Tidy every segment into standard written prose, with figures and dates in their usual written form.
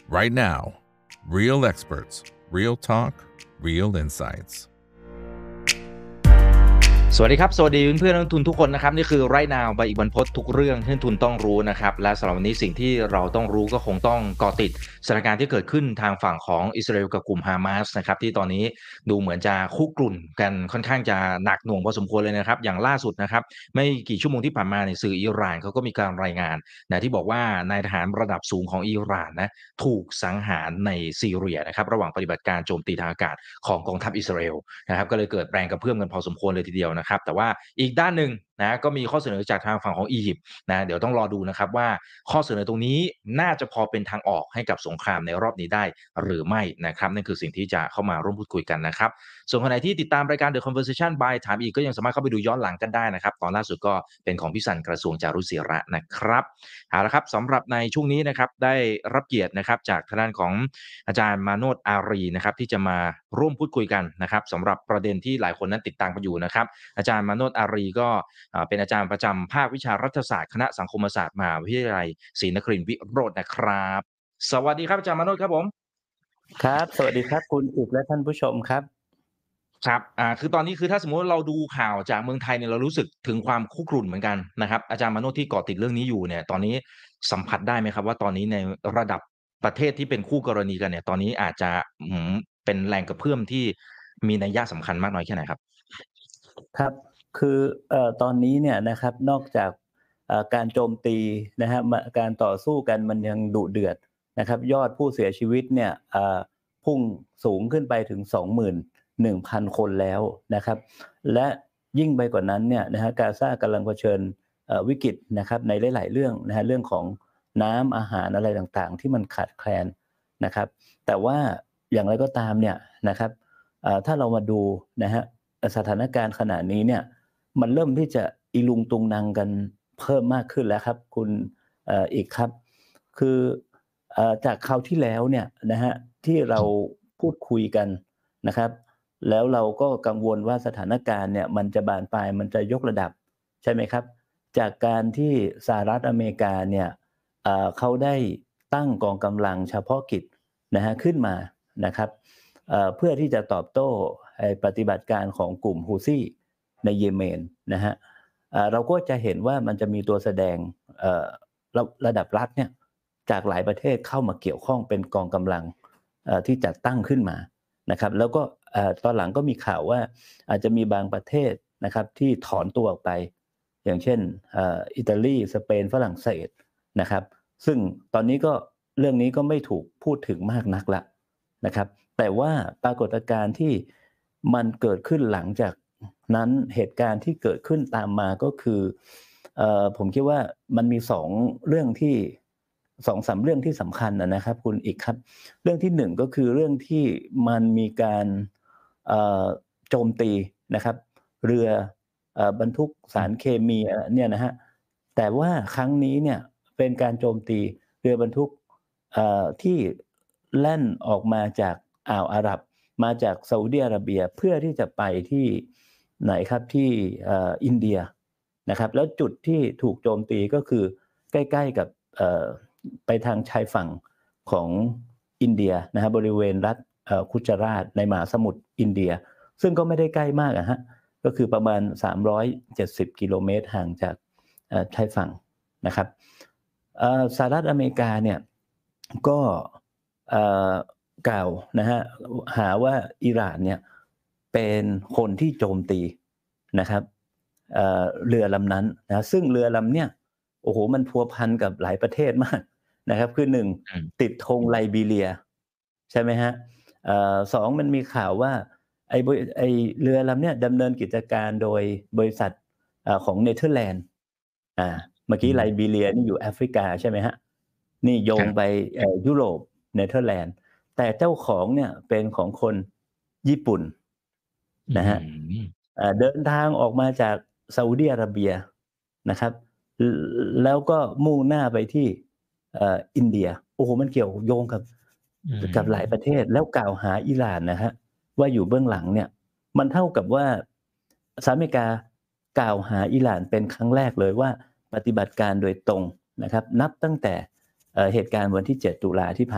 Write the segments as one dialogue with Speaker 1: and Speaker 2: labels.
Speaker 1: right now. Real experts, real talk, real insights.
Speaker 2: สวัสดีครับสวัสดีเพื่อนนักลงทุนทุกคนนะครับนี่คือ Right Now ใบอีกบรรพตทุกเรื่องที่นักทุนต้องรู้นะครับและสำหรับวันนี้สิ่งที่เราต้องรู้ก็คงต้องเกาะติดสถานการณ์ที่เกิดขึ้นทางฝั่งของอิสราเอลกับกลุ่มฮามาสนะครับที่ตอนนี้ดูเหมือนจะคุกรุ่นกันค่อนข้างจะหนักหน่วงพอสมควรเลยนะครับอย่างล่าสุดนะครับไม่กี่ชั่วโมงที่ผ่านมาในสื่ออิหร่านเขาก็มีการรายงานนะที่บอกว่านายทหารระดับสูงของอิหร่านนะถูกสังหารในซีเรียนะครับระหว่างปฏิบัติการโจมตีทางอากาศของกองทัพอิสราเอลนะครับก็เลยเกิดแรงกระเพื่อมกันพอสมควรเลยทีเดียวนะครับแต่ว่าอีกด้านหนึ่งนะก็มีข้อเสนอจากทางฝั่งของอียิปต์นะเดี๋ยวต้องรอดูนะครับว่าข้อเสนอตรงนี้น่าจะพอเป็นทางออกให้กับสงครามในรอบนี้ได้หรือไม่นะครับนั่นคือสิ่งที่จะเข้ามาร่วมพูดคุยกันนะครับส่วนคนไหนที่ติดตามรายการ The Conversation by ถามอีกก็ยังสามารถเข้าไปดูย้อนหลังกันได้นะครับตอนล่าสุดก็เป็นของพี่สันกระทรวงจารุศิระนะครับเอาละครับสำหรับในช่วงนี้นะครับได้รับเกียรตินะครับจากทางด้านของอาจารย์มาโนชอารีนะครับที่จะมาร่วมพูดคุยกันนะครับสำหรับประเด็นที่หลายคนนั้นติดตามกันอยู่นะครับอาจารย์มาโนชอารีก็เป็นอาจารย์ประจำภาควิชารัฐศาสตร์คณะสังคมศาสตร์มหาวิทยาลัยศรีนครินทร์วิโรจน์นะครับสวัสดีครับอาจารย์มาโนชครับผม
Speaker 3: ครับสวัสดีครับคุณอีกและท่านผู้ชมครับ
Speaker 2: ครับคือตอนนี้คือถ้าสมมุติว่าเราดูข่าวจากเมืองไทยเนี่ยเรารู้สึกถึงความคุกรุ่นเหมือนกันนะครับอาจารย์มาโนชที่เกาะติดเรื่องนี้อยู่เนี่ยตอนนี้สัมผัสได้ไหมครับว่าตอนนี้ในระดับประเทศที่เป็นคู่กรณีกันเนี่ยตอนนี้อาจจะเป็นแรงกระเพื่อมที่มีนัยยะสำคัญมากน้อยแค่ไหนครับ
Speaker 3: ครับคือตอนนี้เนี่ยนะครับนอกจากการโจมตีนะฮะการต่อสู้กันมันยังดุเดือดนะครับยอดผู้เสียชีวิตเนี่ยพุ่งสูงขึ้นไปถึง 21,000 คนแล้วนะครับและยิ่งไปกว่านั้นเนี่ยนะฮะกาซากำลังเผชิญวิกฤตนะครับในหลายๆเรื่องนะฮะเรื่องของน้ำอาหารอะไรต่างๆที่มันขาดแคลนนะครับแต่ว่าอย่างไรก็ตามเนี่ยนะครับถ้าเรามาดูนะฮะสถานการณ์ขณะนี้เนี่ยมันเริ่มที่จะอีลุงตุงนังกันเพิ่มมากขึ้นแล้วครับคุณอีกครับคือจากคราวที่แล้วเนี่ยนะฮะที่เราพูดคุยกันนะครับแล้วเราก็กังวลว่าสถานการณ์เนี่ยมันจะบานปลายมันจะยกระดับใช่ไหมครับจากการที่สหรัฐอเมริกาเนี่ยเขาได้ตั้งกองกำลังเฉพาะกิจนะฮะขึ้นมานะครับเพื่อที่จะตอบโต้ปฏิบัติการของกลุ่มฮูซี่ในเยเมนนะฮะเราก็จะเห็นว่ามันจะมีตัวแสดงระดับรัฐเนี่ยจากหลายประเทศเข้ามาเกี่ยวข้องเป็นกองกำลังที่จัดตั้งขึ้นมานะครับแล้วก็ตอนหลังก็มีข่าวว่าอาจจะมีบางประเทศนะครับที่ถอนตัวออกไปอย่างเช่นอิตาลีสเปนฝรั่งเศสนะครับซึ่งตอนนี้ก็เรื่องนี้ก็ไม่ถูกพูดถึงมากนักละนะครับแต่ว่าปรากฏการณ์ที่มันเกิดขึ้นหลังจากนั้นเหตุการณ์ที่เกิดขึ้นตามมาก็คือผมคิดว่ามันมี2 เรื่องที่2-3 เรื่องที่สำคัญนะครับคุณอีกครับเรื่องที่1ก็คือเรื่องที่มันมีการโจมตีนะครับเรือบรรทุกสารเคมีเนี่ยนะฮะแต่ว่าครั้งนี้เนี่ยเป็นการโจมตีเรือบรรทุกที่แล่นออกมาจากอ่าวอาหรับมาจากซาอุดิอาระเบียเพื่อที่จะไปที่ไหนครับที่อินเดียนะครับแล้วจุดที่ถูกโจมตีก็คือใกล้ๆกับไปทางชายฝั่งของอินเดียนะฮะบริเวณรัฐคุจราตในมหาสมุทรอินเดียซึ่งก็ไม่ได้ใกล้มากฮะก็คือประมาณ370 กิโลเมตรห่างจากชายฝั่งนะครับสหรัฐอเมริกาเนี่ยก็กล่าวนะฮะหาว่าอิหร่านเนี่ยเป็นคนที่โจมตีนะครับเรือลำนั้นนะซึ่งเรือลำเนี่ยโอ้โหมันพัวพันกับหลายประเทศมากนะครับคือ1ติดธงไลบีเรียใช่ไหมฮะ2มันมีข่าวว่าไอเรือลำเนี่ยดำเนินกิจการโดยบริษัทของเนเธอร์แลนด์เมื่อกี้ไลบีเรียนี่อยู่แอฟริกาใช่ไหมฮะนี่โยงไปยุโรปเนเธอร์แลนด์แต่เจ้าของเนี่ยเป็นของคนญี่ปุ่นนะฮะเดินทางออกมาจากซาอุดิอาระเบียนะครับแล้วก็มุ่งหน้าไปที่อินเดียโอ้โหมันเกี่ยวโยงกับหลายประเทศแล้วกล่าวหาอิหร่านนะฮะว่าอยู่เบื้องหลังเนี่ยมันเท่ากับว่าสหรัฐอเมริกากล่าวหาอิหร่านเป็นครั้งแรกเลยว่าปฏิบัติการโดยตรงนะครับนับตั้งแต่เหตุการณ์วันที่7 ตุลาที่ผ่านมา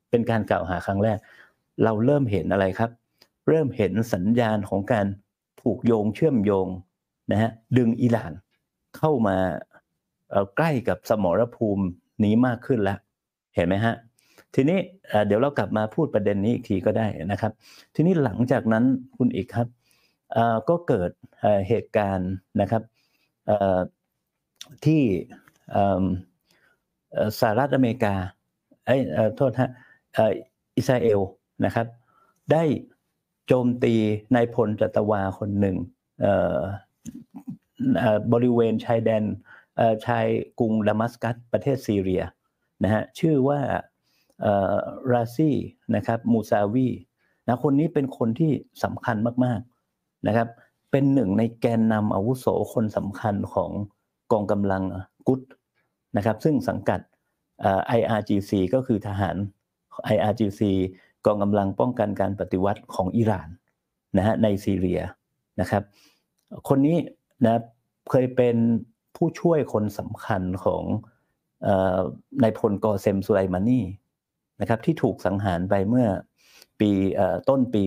Speaker 3: เป็นการกล่าวหาครั้งแรกเราเริ่มเห็นอะไรครับเริ่มเห็นสัญญาณของการผูกโยงเชื่อมโยงนะฮะดึงอิหร่านเข้ามาใกล้กับสมรภูมินี้มากขึ้นแล้วเห็นไหมฮะทีนี้เดี๋ยวเรากลับมาพูดประเด็นนี้อีกทีก็ได้นะครับทีนี้หลังจากนั้นคุณอีกครับก็เกิดเหตุการณ์นะครับที่สหรัฐอเมริกาโทษฮะอิสราเอลนะครับได้โจมตีนายพลจัตวาคนหนึ่งบริเวณชายแดนชายกรุงดามัสกัสประเทศซีเรียนะฮะชื่อว่าราซีนะครับมูซาวีนะคนนี้เป็นคนที่สำคัญมากๆนะครับเป็นหนึ่งในแกนนำอาวุโสคนสำคัญของกองกำลังกุดนะครับซึ่งสังกัดIRGC ก็คือทหาร IRGC กองกำลังป้องกันการปฏิวัติของอิหร่านนะฮะในซีเรียนะครับคนนี้นะเคยเป็นผู้ช่วยคนสำคัญของนายพลกอเซมสุไลมานีนะครับที่ถูกสังหารไปเมื่อปีต้นปี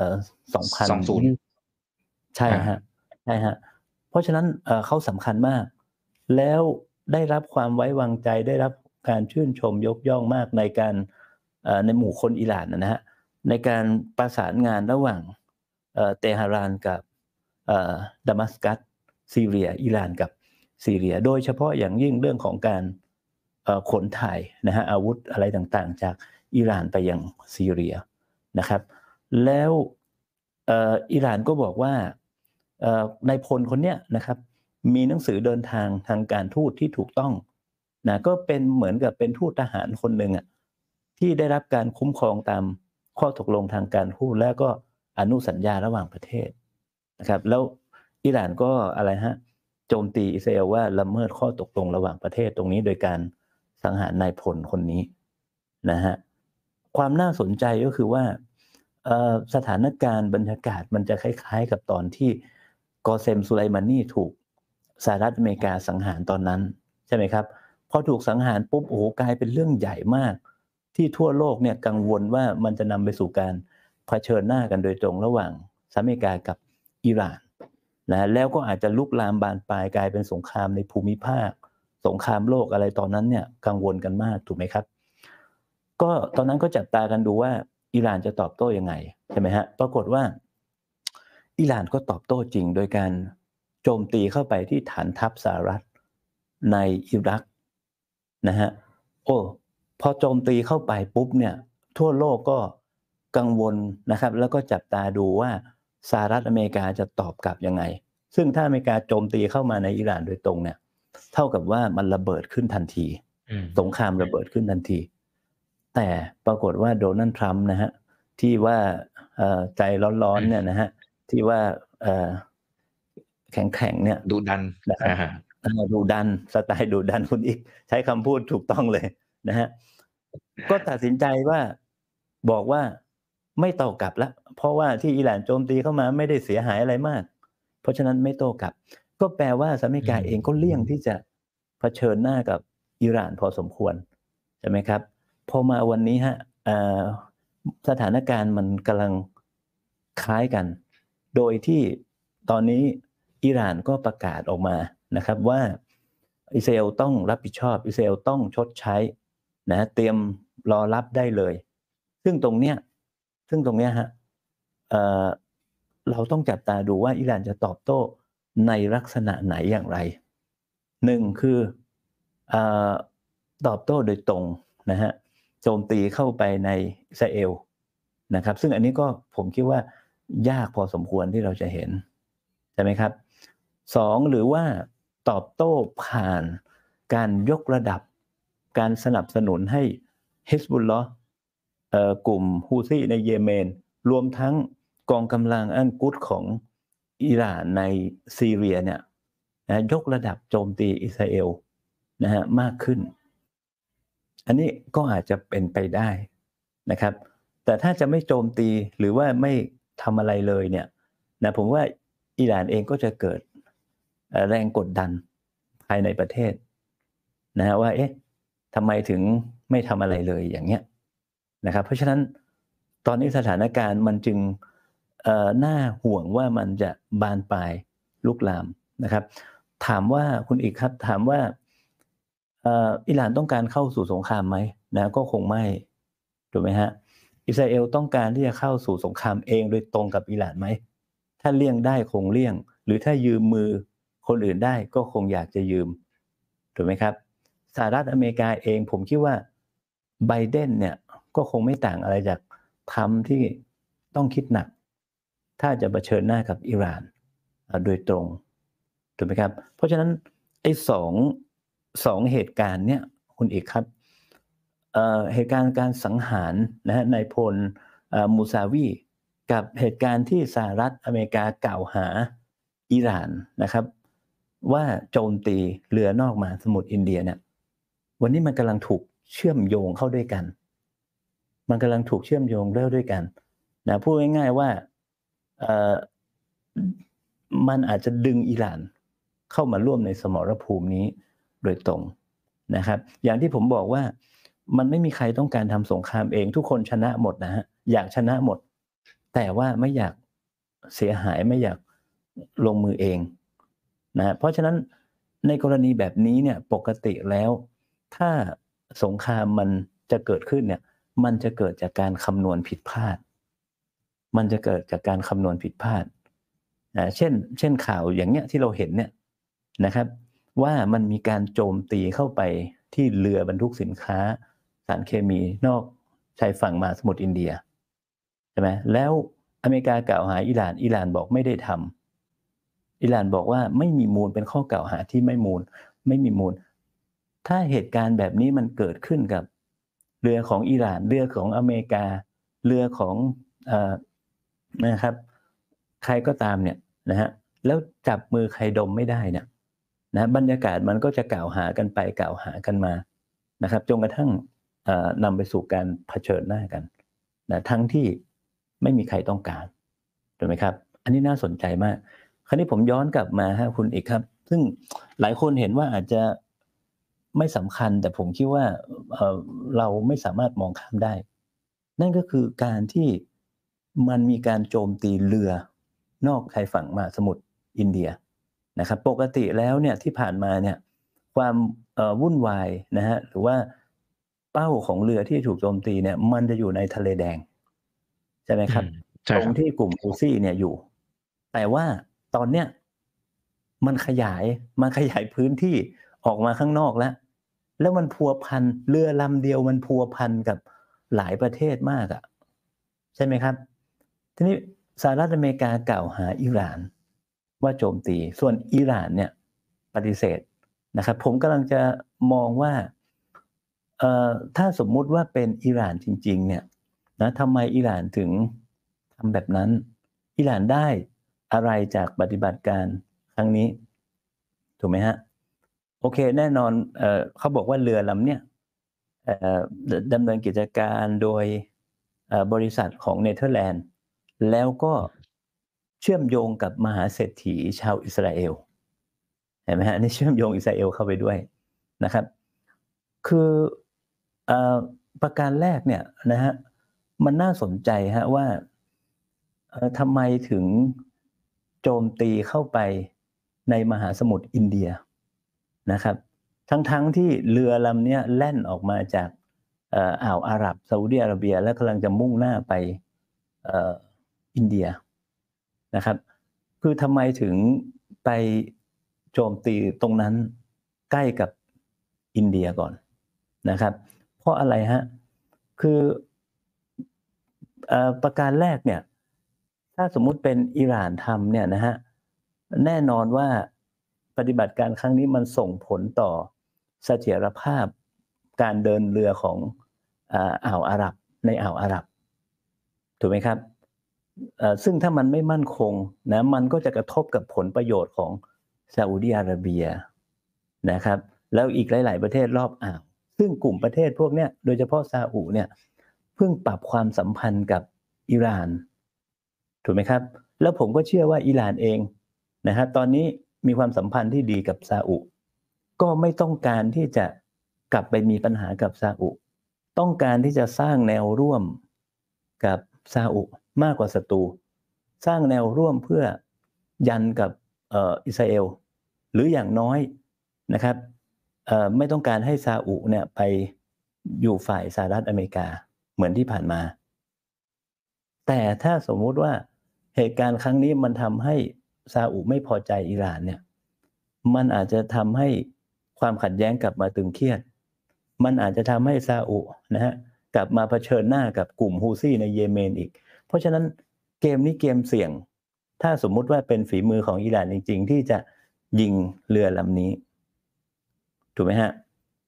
Speaker 3: 2020ใช่ฮะใช่ฮะเพราะฉะนั้นเขาสำคัญมากแล้วได้รับความไว้วางใจได้รับการชื่นชมยกย่องมากในการในหมู่คนอิหร่านนะฮะในการประสานงานระหว่างเตหะรานกับดามัสกัสซีเรียอิหร่านกับซีเรียโดยเฉพาะอย่างยิ่งเรื่องของการขนถ่ายนะฮะอาวุธอะไรต่างๆจากอิหร่านไปยังซีเรียนะครับแล้วอิหร่านก็บอกว่านายพลคนเนี้ยนะครับมีหนังสือเดินทางทางการทูตที่ถูกต้องนะก็เป็นเหมือนกับเป็นทูตทหารคนหนึ่งอ่ะที่ได้รับการคุ้มครองตามข้อตกลงทางการทูตและก็อนุสัญญาระหว่างประเทศนะครับแล้วอิหร่านก็อะไรฮะโจมตีอิสราเอลว่าละเมิดข้อตกลงระหว่างประเทศตรงนี้โดยการสังหารนายพลคนนี้นะฮะความน่าสนใจก็คือว่าสถานการณ์บรรยากาศมันจะคล้ายๆกับตอนที่กอเซมสุไลมานีถูกสหรัฐอเมริกาสังหารตอนนั้นใช่ไหมครับพอถูกสังหารปุ๊บโอ้โหกลายเป็นเรื่องใหญ่มากที่ทั่วโลกเนี่ยกังวลว่ามันจะนำไปสู่การเผชิญหน้ากันโดยตรงระหว่างสหรัฐอเมริกากับอิหร่านนะแล้วก็อาจจะลุกลามบานปลายกลายเป็นสงครามในภูมิภาคสงครามโลกอะไรตอนนั้นเนี่ยกังวลกันมากถูกไหมครับก็ตอนนั้นก็จับตากันดูว่าอิหร่านจะตอบโต้ยังไงใช่ไหมฮะปรากฏว่าอิหร่านก็ตอบโต้จริงโดยการโจมตีเข้าไปที่ฐานทัพสหรัฐในอิรักนะฮะพอโจมตีเข้าไปปุ๊บเนี่ยทั่วโลกก็กังวลนะครับแล้วก็จับตาดูว่าสหรัฐอเมริกาจะตอบกลับยังไงซึ่งถ้าอเมริกาโจมตีเข้ามาในอิหร่านโดยตรงเนี่ยเท่ากับว่ามันระเบิดขึ้นทันทีสงครามระเบิดขึ้นทันทีแต่ปรากฏว่าโดนัลด์ทรัมป์นะฮะที่ว่าใจร้อนๆเนี่ยนะฮะที่ว่าแข็งๆเนี่ย
Speaker 2: ดุดัน
Speaker 3: นะครับดุดันสไตล์ดุดันคุณอีกใช้คำพูดถูกต้องเลยนะฮะก็ตัดสินใจว่าบอกว่าไม่โต้กลับแล้วเพราะว่าที่อิหร่านโจมตีเข้ามาไม่ได้เสียหายอะไรมากเพราะฉะนั้นไม่โต้กลับก็แปลว่าสหรัฐอเมริกาเองก็เลี่ยงที่จะเผชิญหน้ากับอิหร่านพอสมควรใช่ไหมครับพอมาวันนี้ฮะสถานการณ์มันกำลังคล้ายกันโดยที่ตอนนี้อิหร่านก็ประกาศออกมานะครับว่าอิสราเอลต้องรับผิดชอบอิสราเอลต้องชดใช้นะเตรียมรอรับได้เลยซึ่งตรงเนี้ยฮะเราต้องจับตาดูว่าอิหร่านจะตอบโต้ในลักษณะไหนอย่างไรหนึ่งคือตอบโต้โดยตรงนะฮะโจมตีเข้าไปในอิสราเอลนะครับซึ่งอันนี้ก็ผมคิดว่ายากพอสมควรที่เราจะเห็นใช่ไหมครับสองหรือว่าตอบโต้ผ่านการยกระดับการสนับสนุนให้ฮิซบุลลอฮ์กลุ่มฮูซีในเยเมนรวมทั้งกองกำลังอันกุดของอิหร่านในซีเรียเนี่ยนะยกระดับโจมตีอิสราเอลนะฮะมากขึ้นอันนี้ก็อาจจะเป็นไปได้นะครับแต่ถ้าจะไม่โจมตีหรือว่าไม่ทำอะไรเลยเนี่ยนะผมว่าอิหร่านเองก็จะเกิดแรงกดดันภายในประเทศนะฮะว่าทำไมถึงไม่ทำอะไรเลยอย่างเงี้ยนะครับเพราะฉะนั้นตอนนี้สถานการณ์มันจึงน่าห่วงว่ามันจะบานปลายลุกลามนะครับถามว่าคุณอีกครับถามว่าอิหร่านต้องการเข้าสู่สงครามไหมนะก็คงไม่ถูกไหมฮะอิสราเอลต้องการที่จะเข้าสู่สงครามเองโดยตรงกับอิหร่านไหมถ้าเลี่ยงได้คงเลี่ยงหรือถ้ายืมมือคนอื่นได้ก็คงอยากจะยืมถูกไหมครับสหรัฐอเมริกาเองผมคิดว่าไบเดนเนี่ยก็คงไม่ต่างอะไรจากทรัมป์ที่ต้องคิดหนักถ้าจะเผชิญหน้ากับอิหร่านโดยตรงถูกไหมครับเพราะฉะนั้นไอ้สองเหตุการณ์เนี่ยคุณเอกครับเหตุการณ์การสังหารนะฮะนายพลมูซาวีกับเหตุการณ์ที่สหรัฐอเมริกากล่าวหาอิหร่านนะครับว่าโจมตีเรือนอกมหาสมุทรอินเดียเนี่ยวันนี้มันกำลังถูกเชื่อมโยงเข้าด้วยกันมันกำลังถูกเชื่อมโยงเข้าด้วยกันนะพูดง่ายๆว่ามันอาจจะดึงอิหร่านเข้ามาร่วมในสมรภูมินี้โดยตรงนะครับอย่างที่ผมบอกว่ามันไม่มีใครต้องการทำสงครามเองทุกคนชนะหมดนะฮะอยากชนะหมดแต่ว่าไม่อยากเสียหายไม่อยากลงมือเองนะเพราะฉะนั้นในกรณีแบบนี้เนี่ยปกติแล้วถ้าสงครามมันจะเกิดขึ้นเนี่ยมันจะเกิดจากการคำนวณผิดพลาดมันจะเกิดจากการคำนวณผิดพลาดเช่นข่าวอย่างเนี้ยที่เราเห็นเนี่ยนะครับว่ามันมีการโจมตีเข้าไปที่เรือบรรทุกสินค้าสารเคมีนอกชายฝั่งมหาสมุทรอินเดียใช่ไหมแล้วอเมริกากล่าวหาอิหร่านบอกไม่ได้ทำอิหร่านบอกว่าไม่มีมูลเป็นข้อกล่าวหาที่ไม่มีมูลถ้าเหตุการณ์แบบนี้มันเกิดขึ้นกับเรือของอิหร่านเรือของอเมริกาเรือของนะครับใครก็ตามเนี่ยนะฮะแล้วจับมือใครดมไม่ได้เนี่ยนะบรรยากาศมันก็จะกล่าวหากันไปกล่าวหากันมานะครับจนกระทั่งนำไปสู่การเผชิญหน้ากันนะทั้งที่ไม่มีใครต้องการถูกไหมครับอันนี้น่าสนใจมากคราวนี้ผมย้อนกลับมาฮะคุณอีกครับซึ่งหลายคนเห็นว่าอาจจะไม่สำคัญแต่ผมคิดว่าเราไม่สามารถมองข้ามได้นั่นก็คือการที่มันมีการโจมตีเรือนอกชายฝั่งมหาสมุทรอินเดียนะครับปกติแล้วเนี่ยที่ผ่านมาเนี่ยความวุ่นวายนะฮะหรือว่าเป้าของเรือที่ถูกโจมตีเนี่ยมันจะอยู่ในทะเลแดงใช่ไหมครับตรงที่กลุ่มฮูซี่เนี่ยอยู่แต่ว่าตอนเนี้ยมันขยายพื้นที่ออกมาข้างนอกแล้วมันพัวพันเรือลำเดียวมันพัวพันกับหลายประเทศมากอ่ะใช่ไหมครับทีนี้สหรัฐอเมริกากล่าวหาอิหร่านว่าโจมตีส่วนอิหร่านเนี่ยปฏิเสธนะครับผมกำลังจะมองว่าถ้าสมมุติว่าเป็นอิหร่านจริงๆเนี่ยนะทำไมอิหร่านถึงทำแบบนั้นอิหร่านได้อะไรจากปฏิบัติการครั้งนี้ถูกไหมฮะโอเคแน่นอนเขาบอกว่าเรือลำเนี่ยดำเนินกิจการโดยบริษัทของเนเธอร์แลนด์แล้วก็เชื่อมโยงกับมหาเศรษฐีชาวอิสราเอลเห็นไหมฮะนี่เชื่อมโยงอิสราเอลเข้าไปด้วยนะครับคือประการแรกเนี่ยนะฮะมันน่าสนใจฮะว่าทำไมถึงโจมตีเข้าไปในมหาสมุทรอินเดียนะครับทั้งที่เรือลำนี้แล่นออกมาจากอ่าวอาหรับซาอุดิอาระเบียและกำลังจะมุ่งหน้าไปอินเดียนะครับคือทำไมถึงไปโจมตีตรงนั้นใกล้กับอินเดียก่อนนะครับเพราะอะไรฮะคือประการแรกเนี่ยถ้าสมมุติเป็นอิหร่านทำเนี่ยนะฮะแน่นอนว่าปฏิบัติการครั้งนี้มันส่งผลต่อเสถียรภาพการเดินเรือของอ่าวอาหรับในอ่าวอาหรับถูกไหมครับซึ่งถ้ามันไม่มั่นคงนะมันก็จะกระทบกับผลประโยชน์ของซาอุดิอาระเบียนะครับแล้วอีกหลายๆประเทศรอบอ่าวซึ่งกลุ่มประเทศพวกเนี้ยโดยเฉพาะซาอุเนี่ยเพิ่งปรับความสัมพันธ์กับอิหร่านถูกไหมครับแล้วผมก็เชื่อว่าอิหร่านเองนะฮะตอนนี้มีความสัมพันธ์ที่ดีกับซาอุก็ไม่ต้องการที่จะกลับไปมีปัญหากับซาอุต้องการที่จะสร้างแนวร่วมกับซาอุมากกว่าศัตรูสร้างแนวร่วมเพื่อยันกับอิสราเอลหรืออย่างน้อยนะครับไม่ต้องการให้ซาอุเนี่ยไปอยู่ฝ่ายสหรัฐอเมริกาเหมือนที่ผ่านมาแต่ถ้าสมมุติว่าเหตุการณ์ครั้งนี้มันทำให้ซาอุไม่พอใจอิหร่านเนี่ยมันอาจจะทำให้ความขัดแย้งกลับมาตึงเครียดมันอาจจะทำให้ซาอุนะฮะกลับมาเผชิญหน้ากับกลุ่มฮูซี่ในเยเมนอีกเพราะฉะนั้นเกมนี้เกมเสี่ยงถ้าสมมุติว่าเป็นฝีมือของอิหร่านจริงๆที่จะยิงเรือลำนี้ถูกไหมฮะ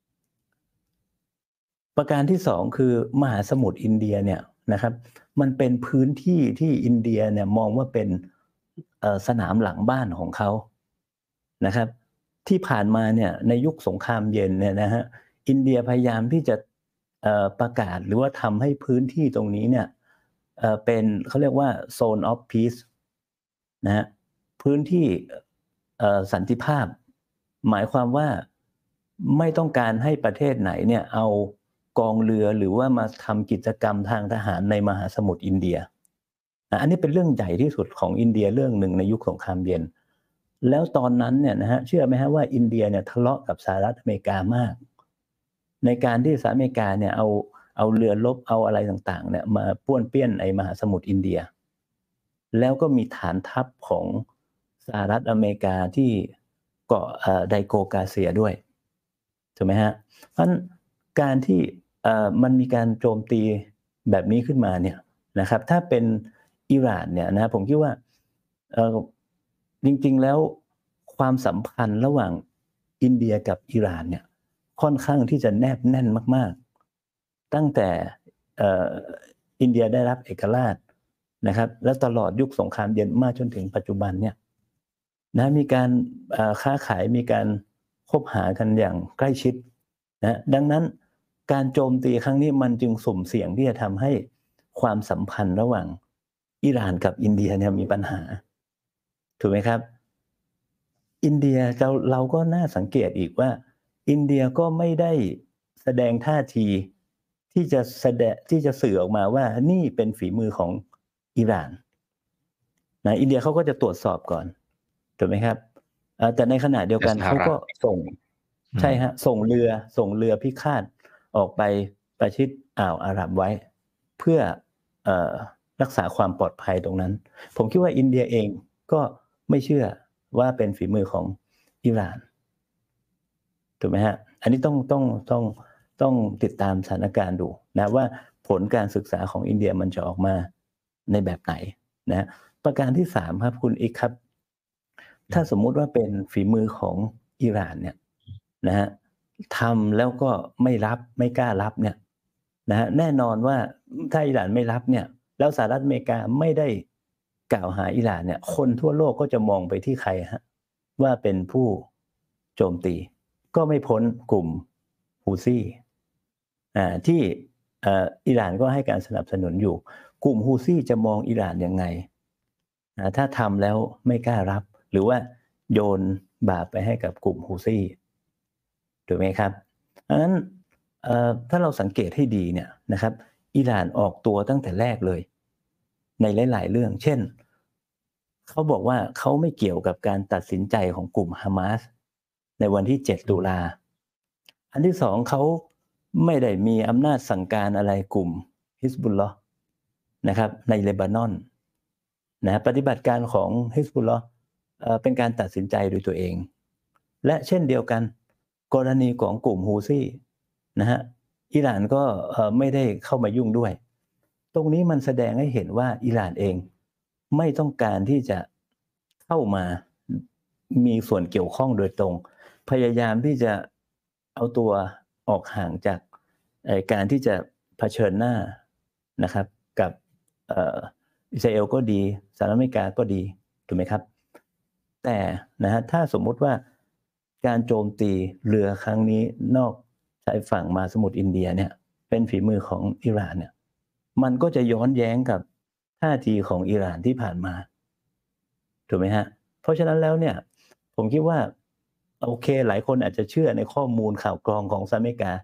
Speaker 3: ประการที่สองคือมหาสมุทรอินเดียเนี่ยนะครับมันเป็นพื้นที่ที่อินเดียเนี่ยมองว่าเป็นสนามหลังบ้านของเขานะครับที่ผ่านมาเนี่ยในยุคสงครามเย็นเนี่ยนะฮะอินเดียพยายามที่จะประกาศหรือว่าทำให้พื้นที่ตรงนี้เนี่ยเป็นเขาเรียกว่า zone of peace นะฮะพื้นที่สันติภาพหมายความว่าไม่ต้องการให้ประเทศไหนเนี่ยเอากองเรือหรือว่ามาทำกิจกรรมทางทหารในมหาสมุทรอินเดียอันนี้เป็นเรื่องใหญ่ที่สุดของอินเดียเรื่องหนึ่งในยุคสงครามเย็นแล้วตอนนั้นเนี่ยนะฮะเชื่อไหมฮะว่าอินเดียเนี่ยทะเลาะกับสหรัฐอเมริกามากในการที่สหรัฐอเมริกาเนี่ยเอาเรือรบเอาอะไรต่างๆเนี่ยมาป้วนเปี้ยนไอ้มหาสมุทรอินเดียแล้วก็มีฐานทัพของสหรัฐอเมริกาที่เกาะไดโกกาเซียด้วยถูกไหมฮะเพราะการที่มันมีการโจมตีแบบนี้ขึ้นมาเนี่ยนะครับถ้าเป็นอิหร่านเนี่ยนะผมคิดว่าจริงๆแล้วความสัมพันธ์ระหว่างอินเดียกับอิหร่านเนี่ยค่อนข้างที่จะแนบแน่นมากๆตั้งแต่อินเดียได้รับเอกราชนะครับแล้วตลอดยุคสงครามเย็นมาจนถึงปัจจุบันเนี่ยนะมีการค้าขายมีการคบหากันอย่างใกล้ชิดนะดังนั้นการโจมตีครั้งนี้มันจึงสุ่มเสี่ยงที่จะทำให้ความสัมพันธ์ระหว่างอิหร่านกับอินเดียเนี่ยมีปัญหาถูกไหมครับอินเดียเราก็น่าสังเกตอีกว่าอินเดียก็ไม่ได้แสดงท่าทีที่จะสื่อออกมาว่านี่เป็นฝีมือของอิหร่านนะอินเดียเขาก็จะตรวจสอบก่อนถูกไหมครับแต่ในขณะเดียวกันเขาก็ส่งใช่ฮะส่งเรือพิฆาตออกไปประชิดอ่าวอาหรับไว้เพื่อรักษาความปลอดภัยตรงนั้นผมคิดว่าอินเดียเองก็ไม่เชื่อว่าเป็นฝีมือของอิหร่านถูกไหมฮะอันนี้ต้องติดตามสถานการณ์ดูนะว่าผลการศึกษาของอินเดียมันจะออกมาในแบบไหนนะประการที่3ครับคุณอีกครับถ้าสมมุติว่าเป็นฝีมือของอิหร่านเนี่ยนะฮะทำแล้วก็ไม่กล้ารับเนี่ยนะฮะแน่นอนว่าถ้าอิหร่านไม่รับเนี่ยแล้วสหรัฐอเมริกาไม่ได้กล่าวหาอิหร่านเนี่ยคนทั่วโลกก็จะมองไปที่ใครฮะว่าเป็นผู้โจมตีก็ไม่พ้นกลุ่มฮูซี่ที่อิหร่านก็ให้การสนับสนุนอยู่กลุ่มฮูซี่จะมองอิหร่านยังไงถ้าทำแล้วไม่กล้ารับหรือว่าโยนบาปไปให้กับกลุ่มฮูซี่ถูกไหมครับดังนั้นถ้าเราสังเกตให้ดีเนี่ยนะครับอิหร่านออกตัวตั้งแต่แรกเลยในหลายๆเรื่องเช่นเขาบอกว่าเขาไม่เกี่ยวกับการตัดสินใจของกลุ่มฮามาสในวันที่7 ตุลาอันที่สองเขาไม่ได้มีอำนาจสั่งการอะไรกลุ่มฮิซบุลลอห์นะครับในเลบานอนนะปฏิบัติการของฮิซบุลลอห์เป็นการตัดสินใจโดยตัวเองและเช่นเดียวกันกรณีของกลุ่มฮูซี่นะฮะอิหร่านก็ไม่ได้เข้ามายุ่งด้วยตรงนี้มันแสดงให้เห็นว่าอิหร่านเองไม่ต้องการที่จะเข้ามามีส่วนเกี่ยวข้องโดยตรงพยายามที่จะเอาตัวออกห่างจากการที่จะเผชิญหน้านะครับกับอิสราเอลก็ดีสหรัฐอเมริกาก็ดีถูกไหมครับแต่นะฮะถ้าสมมุติว่าการโจมตีเรือครั้งนี้นอกชายฝั่งมหาสมุทรอินเดียเนี่ยเป็นฝีมือของอิหร่านเนี่ยมันก็จะย้อนแย้งกับท่าทีของอิหร่านที่ผ่านมาถูกไหมฮะเพราะฉะนั้นแล้วเนี่ยผมคิดว่าโอเคหลายคนอาจจะเชื่อในข้อมูลข่าวกรองของสหรัฐอเมริกา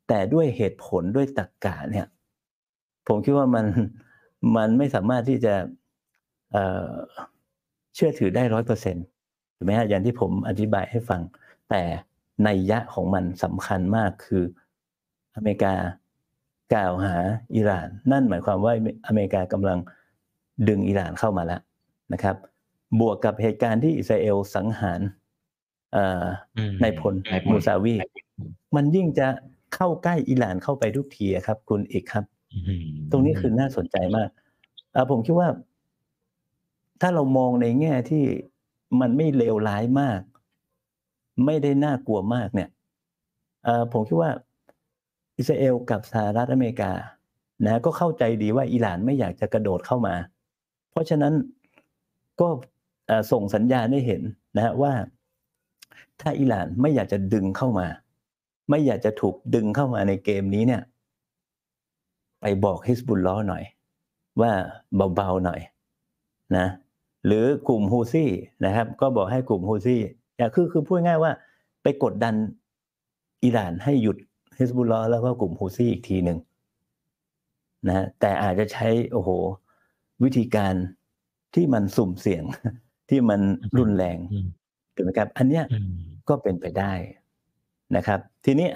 Speaker 3: แต่ด้วยเหตุผลด้วยตรรกะเนี่ยผมคิดว่ามันไม่สามารถที่จะเอ่อเชื่อถือได้ 100% ถูกไหมฮะอย่างที่ผมอธิบายให้ฟังแต่นัยยะของมันสำคัญมากคืออเมริกากล่าวหาอิหร่านนั่นหมายความว่าอเมริกากำลังดึงอิหร่านเข้ามาแล้วนะครับบวกกับเหตุการณ์ที่อิสราเอลสังหารนายพลมูซาวีมันยิ่งจะเข้าใกล้อิหร่านเข้าไปทุกทีครับคุณอีกครับตรงนี้คือน่าสนใจมากผมคิดว่าถ้าเรามองในแง่ที่มันไม่เลวร้ายมากไม่ได้น่ากลัวมากเนี่ยผมคิดว่าอิสราเอลกับสหรัฐอเมริกานะก็เข้าใจดีว่าอิหร่านไม่อยากจะกระโดดเข้ามาเพราะฉะนั้นก็ส่งสัญญาณให้เห็นนะฮะว่าถ้าอิหร่านไม่อยากจะดึงเข้ามาไม่อยากจะถูกดึงเข้ามาในเกมนี้เนี่ยไปบอกฮิซบุลลอฮ์หน่อยว่าเบาๆหน่อยนะหรือกลุ่มฮูซี่นะครับก็บอกให้กลุ่มฮูซี่คือพูดง่ายว่าไปกดดันอิหร่านให้หยุดฮิซบุลลอฮ์แล้วก็กลุ่มฮูซี่อีกทีหนึ่งนะแต่อาจจะใช้วิธีการที่มันสุ่มเสี่ยงที่มันรุนแรงถูกไหมครับอันเนี้ยก็เป็นไปได้นะครับทีนี้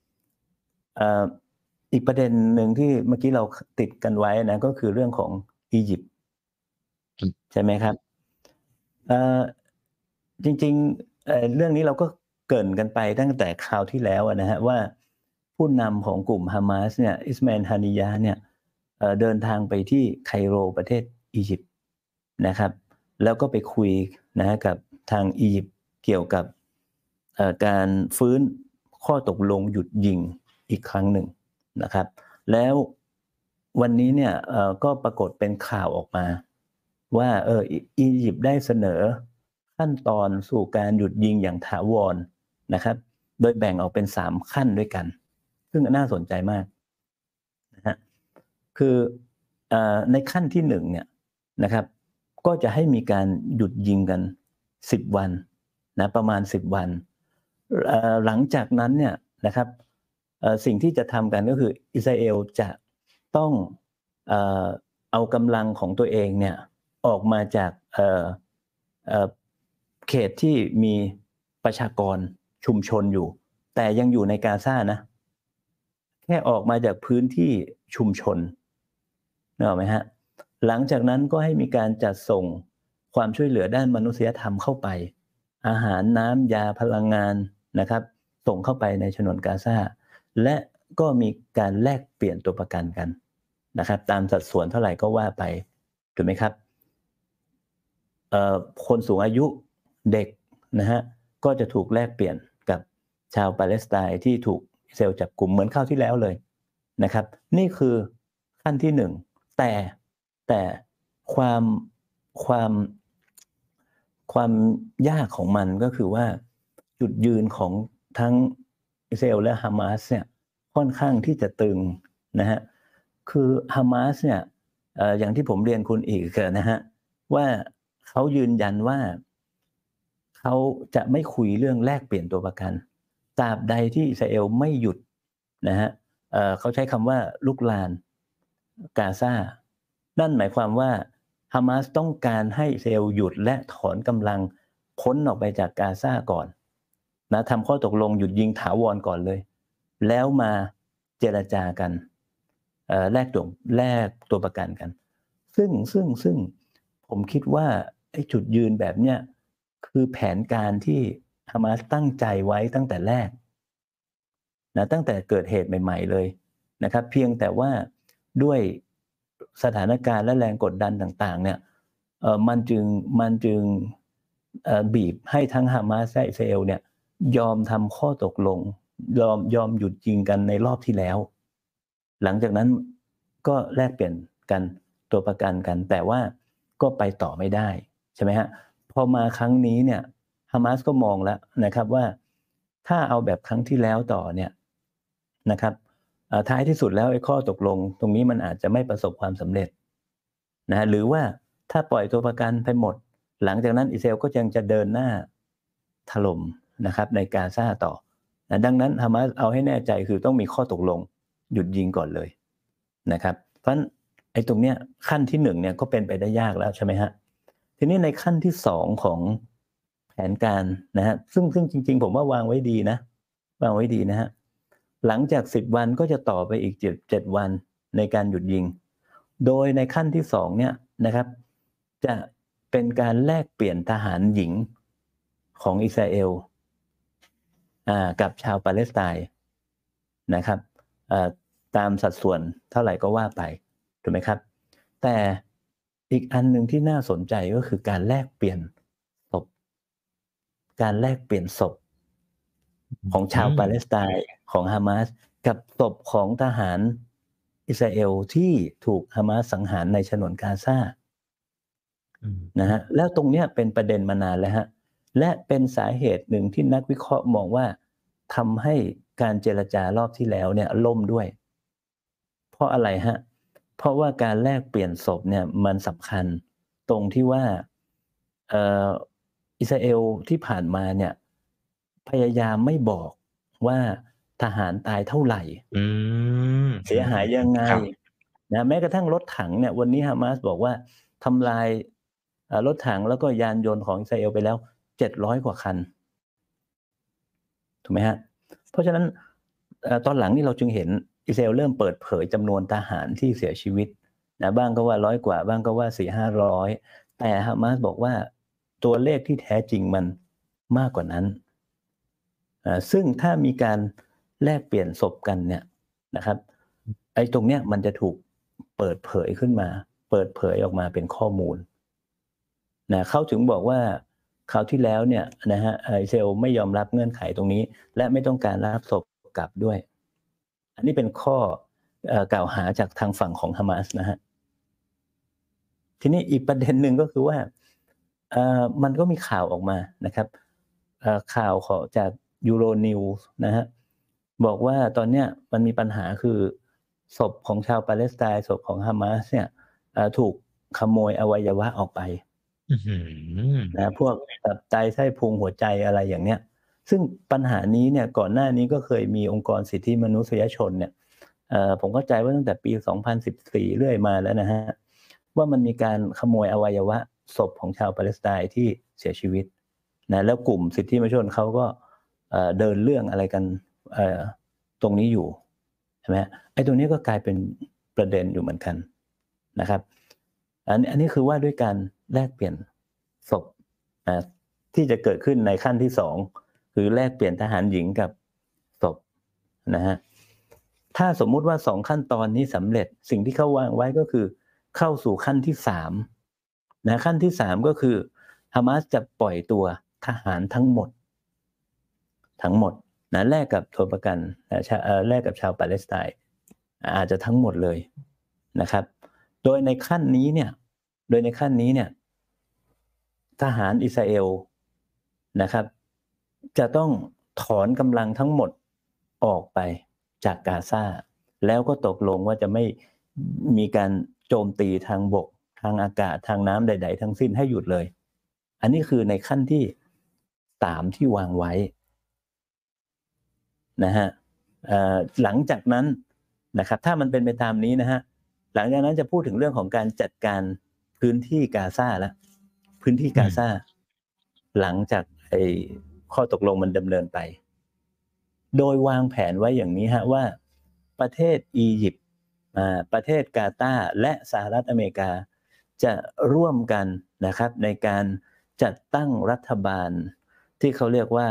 Speaker 3: อีกประเด็นหนึ่งที่เมื่อกี้เราติดกันไว้นะก็คือเรื่องของอียิปต์ใช่ไหมครับจริงๆเรื่องนี้เราก็เกริ่นกันไปตั้งแต่คราวที่แล้วนะฮะว่าผู้นำของกลุ่มฮามาสเนี่ยอิสมาอิล ฮานิยะห์เนี่ยเดินทางไปที่ไคโรประเทศอียิปต์นะครับแล้วก็ไปคุยนะกับทางอียิปต์เกี่ยวกับการฟื้นข้อตกลงหยุดยิงอีกครั้งหนึ่งนะครับแล้ววันนี้เนี่ยก็ปรากฏเป็นข่าวออกมาว่าอียิปต์ได้เสนอขั้นตอนสู่การหยุดยิงอย่างถาวรนะครับโดยแบ่งออกเป็น3ขั้นด้วยกันซึ่งน่าสนใจมากนะฮะคือในขั้นที่1เนี่ยนะครับก็จะให้มีการหยุดยิงกัน10วันนะประมาณ10วันหลังจากนั้นเนี่ยนะครับสิ่งที่จะทำกันก็คืออิสราเอลจะต้องเอากำลังของตัวเองเนี่ยออกมาจากเขตที่มีประชากรชุมชนอยู่แต่ยังอยู่ในกาซานะแค่ออกมาจากพื้นที่ชุมชนนึกออกไหมฮะหลังจากนั้นก็ให้มีการจัดส่งความช่วยเหลือด้านมนุษยธรรมเข้าไปอาหารน้ำยาพลังงานนะครับส่งเข้าไปในฉนวนกาซาและก็มีการแลกเปลี่ยนตัวประกันกันนะครับตามสัดส่วนเท่าไหร่ก็ว่าไปถูกไหมครับคนสูงอายุเด็กนะฮะก็จะถูกแลกเปลี่ยนกับชาวปาเลสไตน์ที่ถูกอิสราเอลจับกลุ่มเหมือนคราวที่แล้วเลยนะครับนี่คือขั้นที่1แต่ความยากของมันก็คือว่าจุดยืนของทั้งอิสราเอลและฮามาสเนี่ยค่อนข้างที่จะตึงนะฮะคือฮามาสเนี่ยอย่างที่ผมเรียนคุณอีกนะฮะว่าเขายืนยันว่าเขาจะไม่คุยเรื่องแลกเปลี่ยนตัวประกันตราบใดที่อิสราเอลไม่หยุดนะฮะเขาใช้คำว่าลุกลานกาซานั่นหมายความว่าฮามาสต้องการให้อิสราเอลหยุดและถอนกำลังพ้นออกไปจากกาซาก่อนนะทำข้อตกลงหยุดยิงถาวรก่อนเลยแล้วมาเจรจากันแลกตัวประกันกันซึ่งผมคิดว่าไอ้จุดยืนแบบเนี้ยคือแผนการที่ฮามาสตั้งใจไว้ตั้งแต่แรกนะตั้งแต่เกิดเหตุใหม่ๆเลยนะครับเพียงแต่ว่าด้วยสถานการณ์และแรงกดดันต่างๆเนี่ยมันจึงบีบให้ทั้งฮามาสและอิสราเอลเนี่ยยอมทำข้อตกลงยอมหยุดยิงกันในรอบที่แล้วหลังจากนั้นก็แลกเปลี่ยนกันตัวประกันกันแต่ว่าก็ไปต่อไม่ได้ใช่ไหมฮะพอมาครั้งนี้เนี่ยฮามาสก็มองแล้วนะครับว่าถ้าเอาแบบครั้งที่แล้วต่อเนี่ยนะครับท้ายที่สุดแล้วไอ้ข้อตกลงตรงนี้มันอาจจะไม่ประสบความสำเร็จนะหรือว่าถ้าปล่อยตัวประกันไปหมดหลังจากนั้นอิสราเอลก็ยังจะเดินหน้าถล่มนะครับในกาซาต่อดังนั้นฮามาสเอาให้แน่ใจคือต้องมีข้อตกลงหยุดยิงก่อนเลยนะครับเพราะฉะนั้นไอ้ตรงเนี้ยขั้นที่1เนี่ยก็เป็นไปได้ยากแล้วใช่ไหมฮะทีนี้ในขั้นที่2ของแผนการนะฮะซึ่งจริงๆผมว่าวางไว้ดีนะวางไว้ดีนะฮะหลังจาก10วันก็จะต่อไปอีก7วันในการหยุดยิงโดยในขั้นที่2เนี่ยนะครับจะเป็นการแลกเปลี่ยนทหารหญิงของอิสราเอลกับชาวปาเลสไตน์นะครับตามสัดส่วนเท่าไหร่ก็ว่าไปถูกไหมครับแต่อีกอันหนึ่งที่น่าสนใจก็คือการแลกเปลี่ยนศพของชาวปาเลสไตน์ของฮามาสกับศพของทหารอิสราเอลที่ถูกฮามาสสังหารในฉนวนกาซานะฮะแล้วตรงเนี้ยเป็นประเด็นมานานแล้วฮะและเป็นสาเหตุหนึ่งที่นักวิเคราะห์มองว่าทำให้การเจรจารอบที่แล้วเนี่ยล่มด้วยเพราะอะไรฮะเพราะว่าการแลกเปลี่ยนศพเนี่ยมันสำคัญตรงที่ว่าอิสราเอลที่ผ่านมาเนี่ยพยายามไม่บอกว่าทหารตายเท่าไหร่เสียหายยังไงนะแม้กระทั่งรถถังเนี่ยวันนี้ฮามาสบอกว่าทำลายรถถังแล้วก็ยานยนต์ของอิสราเอลไปแล้ว700 กว่าคันถูกไหมฮะเพราะฉะนั้นตอนหลังนี่เราจึงเห็นอิสราเอลเริ่มเปิดเผยจำนวนทหารที่เสียชีวิตนะบ้างก็ว่า100 กว่าบ้างก็ว่า400-500แต่ฮามาสบอกว่าตัวเลขที่แท้จริงมันมากกว่านั้นซึ่งถ้ามีการแลกเปลี่ยนศพกันเนี่ยนะครับไอ้ตรงเนี้ยมันจะถูกเปิดเผยขึ้นมาเปิดเผยออกมาเป็นข้อมูลนะเขาถึงบอกว่าคราวที่แล้วเนี่ยนะฮะอิสราเอลไม่ยอมรับเงื่อนไขตรงนี้และไม่ต้องการรับศพกลับด้วยอันนี้เป็นข้อกล่าวหาจากทางฝั่งของฮามาสนะฮะทีนี้อีกประเด็นหนึ่งก็คือว่ามันก็มีข่าวออกมานะครับข่าวของจากยูโรนิวส์นะฮะบอกว่าตอนเนี้ยมันมีปัญหาคือศพของชาวปาเลสไตน์ศพของฮามาสเนี่ยถูกขโมยอวัยวะออกไปนะพวกตับไตไส้พุงหัวใจอะไรอย่างเนี้ยซึ่งปัญหานี้เนี่ยก่อนหน้านี้ก็เคยมีองค์กรสิทธิมนุษยชนเนี่ยผมเข้าใจว่าตั้งแต่ปี2014เรื่อยมาแล้วนะฮะว่ามันมีการขโมยอวัยวะศพของชาวปาเลสไตน์ที่เสียชีวิตนะแล้วกลุ่มสิทธิมนุษยชนเขาก็เดินเรื่องอะไรกันตรงนี้อยู่ใช่ไหมไอ้ตรงนี้ก็กลายเป็นประเด็นอยู่เหมือนกันนะครับอันนี้คือว่าด้วยการแลกเปลี่ยนศพที่จะเกิดขึ้นในขั้นที่2คือแลกเปลี่ยนทหารหญิงกับศพนะฮะถ้าสมมุติว่า2ขั้นตอนนี้สำเร็จสิ่งที่เขาวางไว้ก็คือเข้าสู่ขั้นที่3นะขั้นที่3ก็คือฮามาสจะปล่อยตัวทหารทั้งหมดนะแลกกับตัวประกันแลกกับชาวปาเลสไตน์อาจจะทั้งหมดเลยนะครับโดยในขั้นนี้เนี่ยทหารอิสราเอลนะครับจะต้องถอนกำลังทั้งหมดออกไปจากกาซาแล้วก็ตกลงว่าจะไม่มีการโจมตีทางบกทางอากาศทางน้ำใดๆทั้งสิ้นให้หยุดเลยอันนี้คือในขั้นที่3ที่วางไว้นะฮะหลังจากนั้นนะครับถ้ามันเป็นไปตามนี้นะฮะหลังจากนั้นจะพูดถึงเรื่องของการจัดการพื้นที่กาซาแล้วพื้นที่กาซาหลังจากข้อตกลงมันดำเนินไปโดยวางแผนไว้อย่างนี้ฮะว่าประเทศอียิปต์ประเทศกาตาร์และสหรัฐอเมริกาจะร่วมกันนะครับในการจัดตั้งรัฐบาลที่เขาเรียกว่า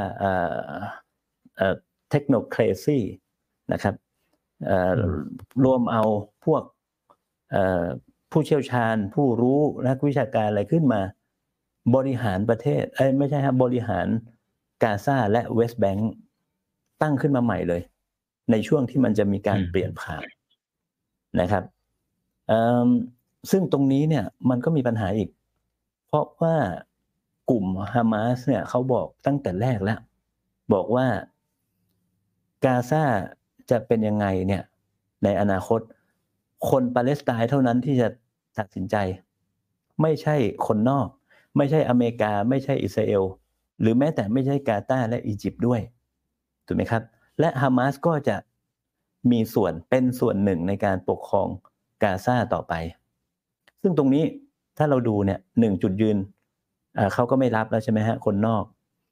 Speaker 3: เทคโนเครซีนะครับรวมเอาพวกผู้เชี่ยวชาญผู้รู้นักวิชาการอะไรขึ้นมาบริหารประเทศไม่ใช่ครับบริหารกาซาและเวสต์แบงก์ตั้งขึ้นมาใหม่เลยในช่วงที่มันจะมีการเปลี่ยนผ่านนะครับซึ่งตรงนี้เนี่ยมันก็มีปัญหาอีกเพราะว่ากลุ่มฮามาสเนี่ยเขาบอกตั้งแต่แรกแล้วบอกว่ากาซาจะเป็นยังไงเนี่ยในอนาคตคนปาเลสไตน์เท่านั้นที่จะตัดสินใจไม่ใช่คนนอกไม่ใช่อเมริกาไม่ใช่อิสราเอลหรือแม้แต่ไม่ใช่กาตาร์และอียิปต์ด้วยถูกไหมครับและฮามาสก็จะมีส่วนเป็นส่วนหนึ่งในการปกครองกาซาต่อไปซึ่งตรงนี้ถ้าเราดูเนี่ย1จุดยืนเขาก็ไม่รับแล้วใช่ไหมฮะคนนอก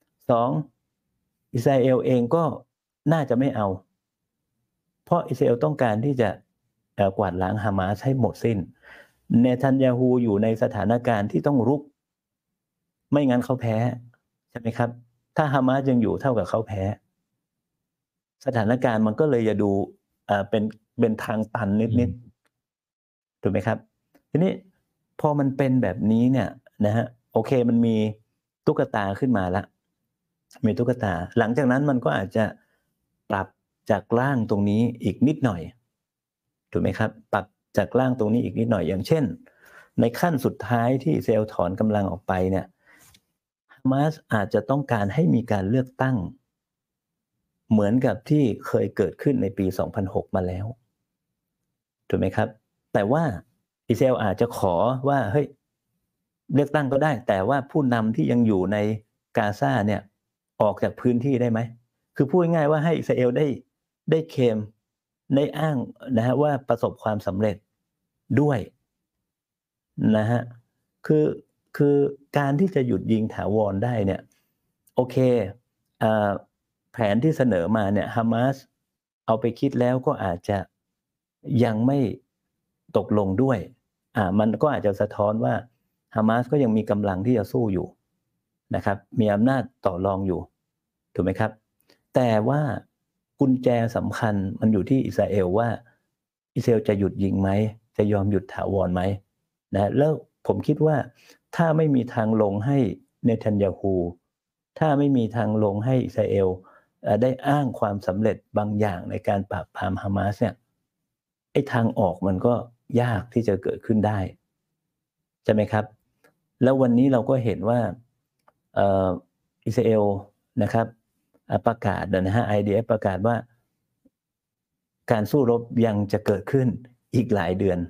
Speaker 3: 2อิสราเอลเองก็น่าจะไม่เอาเพราะอิสราเอลต้องการที่จะกวาดล้างฮามาสให้หมดสิ้นเนทันยาฮูอยู่ในสถานการณ์ที่ต้องรุกไม่งั้นเขาแพ้ใช่ไหมครับถ้าฮามาสยังอยู่เท่ากับเขาแพ้สถานการณ์มันก็เลยจะดูเป็นทางตันนิดๆถูกไหมครับทีนี้พอมันเป็นแบบนี้เนี่ยนะฮะโอเคมันมีตุ๊กตาขึ้นมาแล้วมีตุ๊กตาหลังจากนั้นมันก็อาจจะปรับจากร่างตรงนี้อีกนิดหน่อยถูกไหมครับปรับจากร่างตรงนี้อีกนิดหน่อยอย่างเช่นในขั้นสุดท้ายที่อิสราเอลถอนกำลังออกไปเนี่ยฮามาสอาจจะต้องการให้มีการเลือกตั้งเหมือนกับที่เคยเกิดขึ้นในปี 2006 มาแล้วถูกไหมครับแต่ว่าอิสราเอลอาจจะขอว่าเฮ้ยเลือกตั้งก็ได้แต่ว่าผู้นำที่ยังอยู่ในกาซาเนี่ยออกจากพื้นที่ได้ไหมคือพูดง่ายๆว่าให้อิสราเอลได้เคลมได้อ้างนะฮะว่าประสบความสำเร็จด้วยนะฮะคือการที่จะหยุดยิงถาวรได้เนี่ยโอเคแผนที่เสนอมาเนี่ยฮามาสเอาไปคิดแล้วก็อาจจะยังไม่ตกลงด้วยมันก็อาจจะสะท้อนว่าฮามาสก็ยังมีกำลังที่จะสู้อยู่นะครับมีอำนาจต่อรองอยู่ถูกไหมครับแต่ว่ากุญแจสำคัญมันอยู่ที่อิสราเอลว่าอิสราเอลจะหยุดยิงไหมจะยอมหยุดถาวรไหมนะแล้วผมคิดว่าถ้าไม่มีทางลงให้เนทันยาฮูถ้าไม่มีทางลงให้อิสราเอลได้อ้างความสำเร็จบางอย่างในการปราบปรามฮามาสเนี่ยไอ้ทางออกมันก็ยากที่จะเกิดขึ้นได้ใช่ไหมครับแล้ววันนี้เราก็เห็นว่าอิสราเอลนะครับประกาศนะฮะ IDF ประกาศว่าการสู้รบยังจะเกิดขึ้นอีกหลายเดือน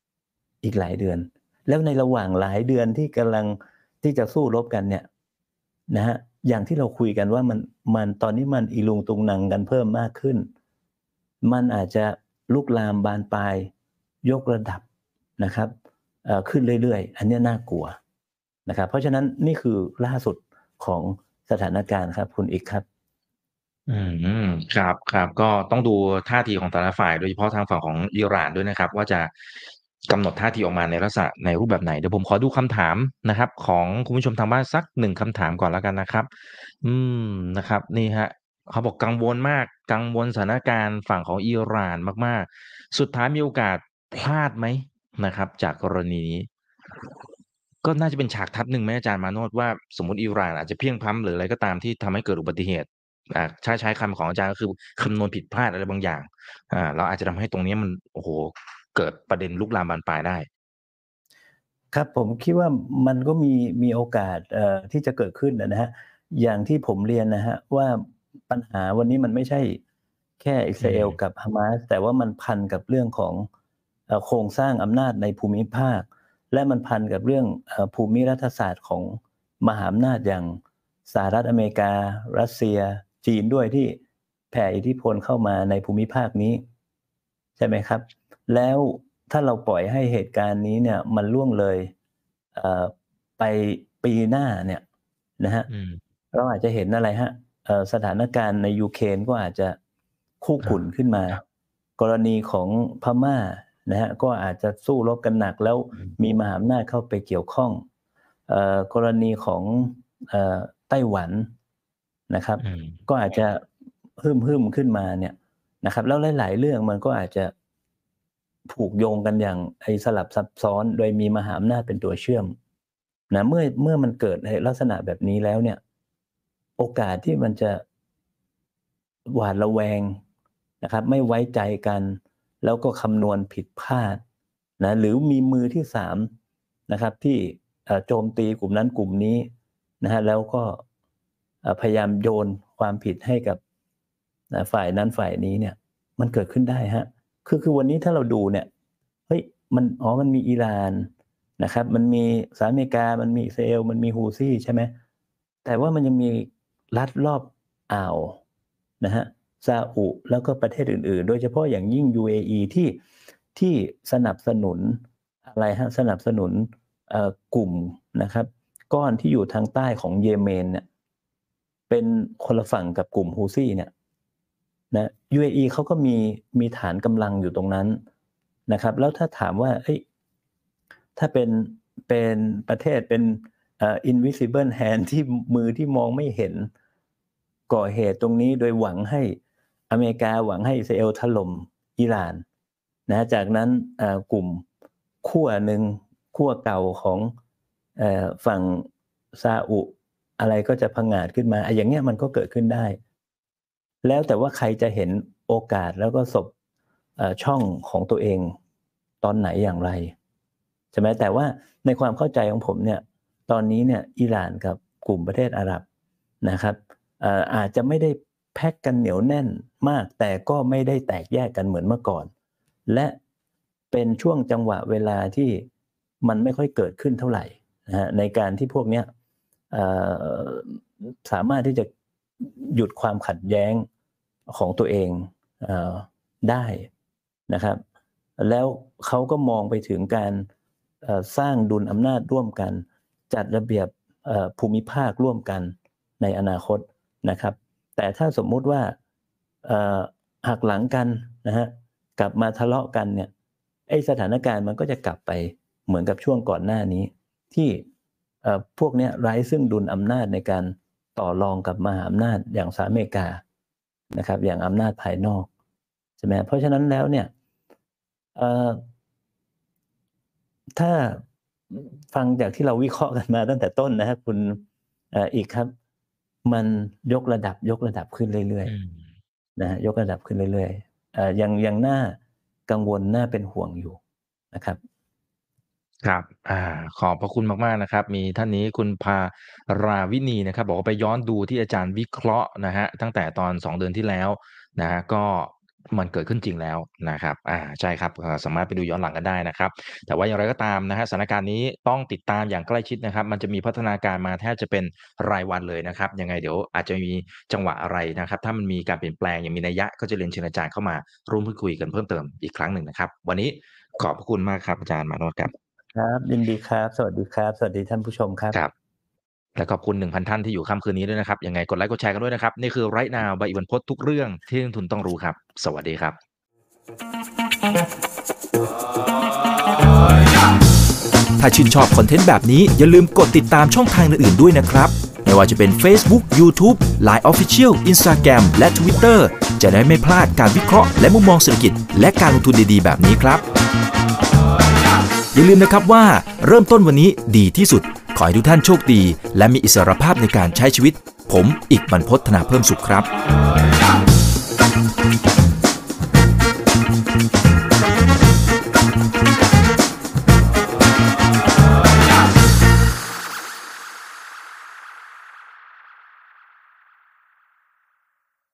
Speaker 3: แล้วในระหว่างหลายเดือนที่กำลังที่จะสู้รบกันเนี่ยนะฮะอย่างที่เราคุยกันว่ามันตอนนี้มันอีลุงตุงนังกันเพิ่มมากขึ้นมันอาจจะลุกลามบานปลายยกระดับนะครับขึ้นเรื่อยๆอันนี้น่ากลัวนะครับเพราะฉะนั้นนี่คือล่าสุดของสถานการณ์ครับคุณอีกครับ
Speaker 2: ครับก็ต้องดูท่าทีของแต่ละฝ่ายโดยเฉพาะทางฝั่งของอิหร่านด้วยนะครับว่าจะกำหนดท่าทีออกมาในลักษณะในรูปแบบไหนเดี๋ยวผมขอดูคำถามนะครับของคุณผู้ชมทางบ้านสัก1คำถามก่อนแล้วกันนะครับอืมนะครับนี่ครับเขาบอกกังวลมากกังวลสถานการณ์ฝั่งของอิหร่านมากๆสุดท้ายมีโอกาสพลาดไหมนะครับจากกรณีนี้ก็น่าจะเป็นฉากทัศน์หนึ่งไหมอาจารย์มาโนชว่าสมมุติอิหร่านอาจจะเพลียงพล้ำหรืออะไรก็ตามที่ทำให้เกิดอุบัติเหตุถ้าใช้คำของอาจารย์ก็คือคำนวณผิดพลาดอะไรบางอย่างแล้วอาจจะทำให้ตรงนี้มันโอ้โฮเกิดประเด็นลุกลามบานปลายได้
Speaker 3: ครับผมคิดว่ามันก็มีโอกาสที่จะเกิดขึ้นนะฮะอย่างที่ผมเรียนนะฮะว่าปัญหาวันนี้มันไม่ใช่แค่อิสราเอลกับฮามาสแต่ว่ามันพันกับเรื่องของโครงสร้างอำนาจในภูมิภาคและมันพันกับเรื่องภูมิรัฐศาสตร์ของมหาอำนาจอย่างสหรัฐอเมริการัสเซียจีนด้วยที่แผ่อิทธิพลเข้ามาในภูมิภาคนี้ใช่ไหมครับแล้วถ้าเราปล่อยให้เหตุการณ์นี้เนี่ยมันล่วงเลยไปปีหน้าเนี่ยนะฮะเราอาจจะเห็นอะไรฮะสถานการณ์ในยูเครนก็อาจจะคุกรุ่นขึ้นมากรณีของพม่านะฮะก็อาจจะสู้รบกันหนักแล้วมีมหาอำนาจเข้าไปเกี่ยวข้องกรณีของไต้หวันนะครับก็อาจจะฮึ่มขึ้นมาเนี่ยนะครับแล้วหลายๆเรื่องมันก็อาจจะผูกโยงกันอย่างสลับซับซ้อนโดยมีมหาอำนาจเป็นตัวเชื่อมนะเมื่อมันเกิดในลักษณะแบบนี้แล้วเนี่ยโอกาสที่มันจะหวาดระแวงนะครับไม่ไว้ใจกันแล้วก็คำนวณผิดพลาดนะหรือมีมือที่3นะครับที่โจมตีกลุ่มนั้นกลุ่มนี้นะฮะแล้วก็พยายามโยนความผิดให้กับฝ่ายนั้นฝ่ายนี้เนี่ยมันเกิดขึ้นได้ฮะคือวันนี้ถ้าเราดูเนี่ยเฮ้ยมันมีอิหร่านนะครับมันมีสหรัฐอเมริกามันมีอิสราเอลมันมีฮูซี่ใช่ไหมแต่ว่ามันยังมีรัฐรอบอ่าวนะฮะซาอุแล้วก็ประเทศอื่นๆโดยเฉพาะอย่างยิ่ง UAE ที่สนับสนุนอะไรฮะสนับสนุนกลุ่มนะครับก้อนที่อยู่ทางใต้ของเยเมนเนี่ยเป็นคนละฝั่งกับกลุ่มฮูซี่เนี่ยนะ UAE เขาก็มีฐานกำลังอยู่ตรงนั้นนะครับแล้วถ้าถามว่าถ้าเป็นประเทศเป็นinvisible hand ที่มือที่มองไม่เห็นก่อเหตุตรงนี้โดยหวังให้อเมริกาหวังให้อิสราเอลถล่มอิหร่านนะจากนั้นกลุ่มขั้วหนึ่งขั้วเก่าของฝั่งซาอุอะไรก็จะผงาดขึ้นมาอย่างเงี้ยมันก็เกิดขึ้นได้แล้วแต่ว่าใครจะเห็นโอกาสแล้วก็สบช่องของตัวเองตอนไหนอย่างไรใช่ไหมแต่ว่าในความเข้าใจของผมเนี่ยตอนนี้เนี่ยอิหร่านกับกลุ่มประเทศอาหรับนะครับอาจจะไม่ได้แพ็กกันเหนียวแน่นมากแต่ก็ไม่ได้แตกแยกกันเหมือนเมื่อก่อนและเป็นช่วงจังหวะเวลาที่มันไม่ค่อยเกิดขึ้นเท่าไหร่นะฮะในการที่พวกเนี้ยสามารถที่จะหยุดความขัดแย้งของตัวเองได้นะครับแล้วเขาก็มองไปถึงการสร้างดุลอำนาจร่วมกันจัดระเบียบภูมิภาคร่วมกันในอนาคตนะครับแต่ถ้าสมมุติว่าหักหลังกันนะฮะกลับมาทะเลาะกันเนี่ยสถานการณ์มันก็จะกลับไปเหมือนกับช่วงก่อนหน้านี้ที่พวกนี้ไร้ซึ่งดุลอำนาจในการต่อรองกับมหาอำนาจอย่างสหรัฐอเมริกานะครับอย่างอำนาจภายนอกใช่ไหมเพราะฉะนั้นแล้วเนี่ยถ้าฟังจากที่เราวิเคราะห์กันมาตั้งแต่ต้นนะครับคุณอีกครับมันยกระดับขึ้นเรื่อยๆนะยกระดับขึ้นเรื่อยๆยังน่ากังวลน่าเป็นห่วงอยู่นะครับ
Speaker 2: ครับขอบพระคุณมากๆนะครับมีท่านนี้คุณภาราวินีนะครับบอกว่าไปย้อนดูที่อาจารย์วิเคราะห์นะฮะตั้งแต่ตอน2เดือนที่แล้วนะฮะก็มันเกิดขึ้นจริงแล้วนะครับใช่ครับสามารถไปดูย้อนหลังกันได้นะครับแต่ว่าอย่างไรก็ตามนะฮะสถานการณ์นี้ต้องติดตามอย่างใกล้ชิดนะครับมันจะมีพัฒนาการมาแทบจะเป็นรายวันเลยนะครับยังไงเดี๋ยวอาจจะมีจังหวะอะไรนะครับถ้ามันมีการเปลี่ยนแปลงอย่างมีนัยยะก็จะเรียนเชิญอาจารย์เข้ามาร่วมพูดคุยกันเพิ่มเติมอีกครั้งหนึ่งนะครับวันนี้ขอบพระคุณมากครับอาจารย์มาโนชครับ
Speaker 3: ครับยินดีครับสวัสดีครับสวัสดีท่านผู้ชมครับ
Speaker 2: ครับและขอบคุณ 1,000 ท่านที่อยู่ค่ำคืนนี้ด้วยนะครับยังไงกดไลค์กดแชร์กันด้วยนะครับนี่คือ Right Now ใบอิวรรณพจน์ทุกเรื่องที่นักลงทุนต้องรู้ครับสวัสดีครับ
Speaker 4: ถ้าชื่นชอบคอนเทนต์แบบนี้อย่าลืมกดติดตามช่องทางอื่นๆด้วยนะครับไม่ว่าจะเป็น Facebook, YouTube, Line Official, Instagram และ Twitter จะได้ไม่พลาดการวิเคราะห์และมุมมองเศรษฐกิจและการลงทุนดีๆแบบนี้ครับอย่าลืมนะครับว่าเริ่มต้นวันนี้ดีที่สุดขอให้ทุกท่านโชคดีและมีอิสรภาพในการใช้ชีวิตผมอีกบรรพต ธนาเพิ่มสุขครับ